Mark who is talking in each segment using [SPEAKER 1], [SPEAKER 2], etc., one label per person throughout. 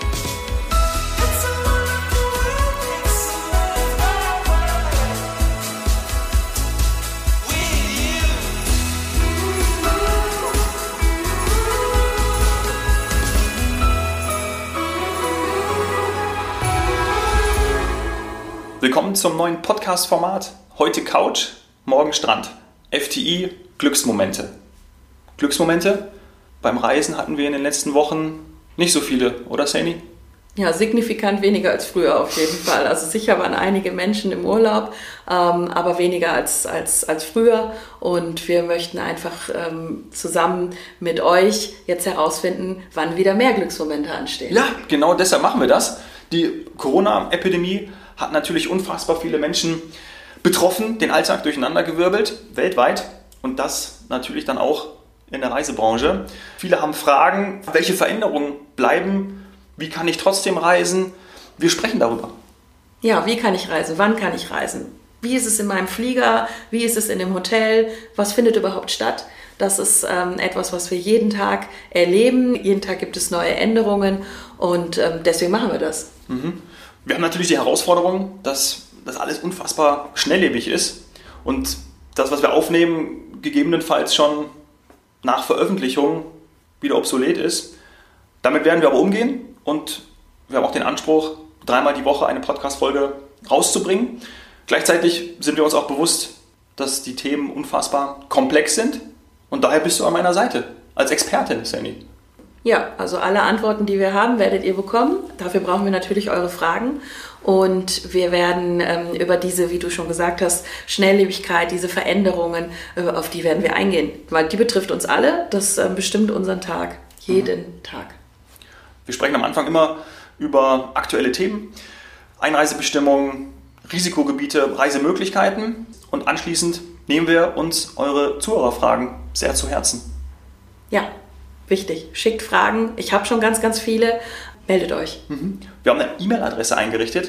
[SPEAKER 1] Willkommen zum neuen Podcast-Format. Heute Couch, morgen Strand. FTI Glücksmomente. Glücksmomente? Beim Reisen hatten wir in den letzten Wochen nicht so viele, oder Saini?
[SPEAKER 2] Ja, signifikant weniger als früher auf jeden Fall. Also sicher waren einige Menschen im Urlaub, aber weniger als früher. Und wir möchten einfach zusammen mit euch jetzt herausfinden, wann wieder mehr Glücksmomente anstehen.
[SPEAKER 1] Ja, genau deshalb machen wir das. Die Corona-Epidemie hat natürlich unfassbar viele Menschen betroffen, den Alltag durcheinandergewirbelt, weltweit. Und das natürlich dann auch in der Reisebranche. Viele haben Fragen, welche Veränderungen bleiben, wie kann ich trotzdem reisen? Wir sprechen darüber.
[SPEAKER 2] Ja, wie kann ich reisen? Wann kann ich reisen? Wie ist es in meinem Flieger? Wie ist es in dem Hotel? Was findet überhaupt statt? Das ist etwas, was wir jeden Tag erleben. Jeden Tag gibt es neue Änderungen und deswegen machen wir das.
[SPEAKER 1] Wir haben natürlich die Herausforderung, dass das alles unfassbar schnelllebig ist und das, was wir aufnehmen, gegebenenfalls schon nach Veröffentlichung wieder obsolet ist. Damit werden wir aber umgehen und wir haben auch den Anspruch, 3-mal die Woche eine Podcast-Folge rauszubringen. Gleichzeitig sind wir uns auch bewusst, dass die Themen unfassbar komplex sind und daher bist du an meiner Seite als Expertin, Saini.
[SPEAKER 2] Ja, also alle Antworten, die wir haben, werdet ihr bekommen. Dafür brauchen wir natürlich eure Fragen. Und wir werden über diese, wie du schon gesagt hast, Schnelllebigkeit, diese Veränderungen, auf die werden wir eingehen. Weil die betrifft uns alle, das bestimmt unseren Tag, jeden Tag.
[SPEAKER 1] Wir sprechen am Anfang immer über aktuelle Themen, Einreisebestimmungen, Risikogebiete, Reisemöglichkeiten. Und anschließend nehmen wir uns eure Zuhörerfragen sehr zu Herzen.
[SPEAKER 2] Ja. Wichtig, schickt Fragen. Ich habe schon ganz, ganz viele. Meldet euch.
[SPEAKER 1] Wir haben eine E-Mail-Adresse eingerichtet.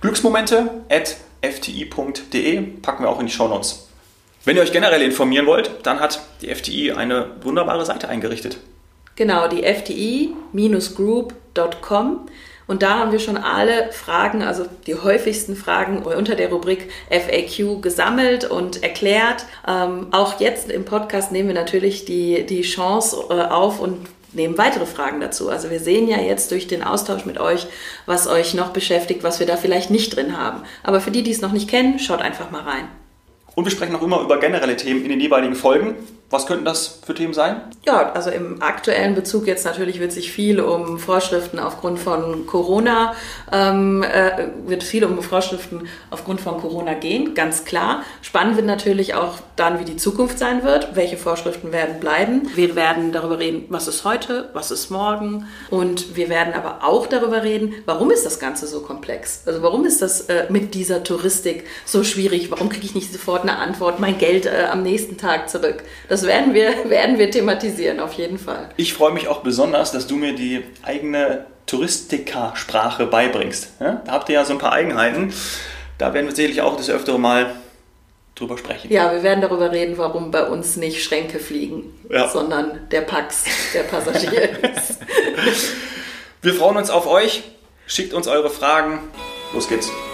[SPEAKER 1] glücksmomente@fti.de packen wir auch in die Shownotes. Wenn ihr euch generell informieren wollt, dann hat die FTI eine wunderbare Seite eingerichtet.
[SPEAKER 2] Genau, die fti-group.com. Und da haben wir schon alle Fragen, also die häufigsten Fragen unter der Rubrik FAQ gesammelt und erklärt. Auch jetzt im Podcast nehmen wir natürlich die Chance auf und nehmen weitere Fragen dazu. Also wir sehen ja jetzt durch den Austausch mit euch, was euch noch beschäftigt, was wir da vielleicht nicht drin haben. Aber für die, die es noch nicht kennen, schaut einfach mal rein.
[SPEAKER 1] Und wir sprechen auch immer über generelle Themen in den jeweiligen Folgen. Was könnten das für Themen sein?
[SPEAKER 2] Ja, also im aktuellen Bezug jetzt natürlich wird sich viel um Vorschriften aufgrund von Corona, gehen, ganz klar. Spannend wird natürlich auch dann, wie die Zukunft sein wird, welche Vorschriften werden bleiben. Wir werden darüber reden, was ist heute, was ist morgen und wir werden aber auch darüber reden, warum ist das Ganze so komplex? Also warum ist das mit dieser Touristik so schwierig? Warum kriege ich nicht sofort eine Antwort, mein Geld am nächsten Tag zurück? Das werden wir thematisieren, auf jeden Fall.
[SPEAKER 1] Ich freue mich auch besonders, dass du mir die eigene Touristika-Sprache beibringst. Ja? Da habt ihr ja so ein paar Eigenheiten. Da werden wir sicherlich auch das öftere Mal drüber sprechen.
[SPEAKER 2] Ja, wir werden darüber reden, warum bei uns nicht Schränke fliegen, sondern der Pax, der Passagier ist.
[SPEAKER 1] Wir freuen uns auf euch. Schickt uns eure Fragen. Los geht's.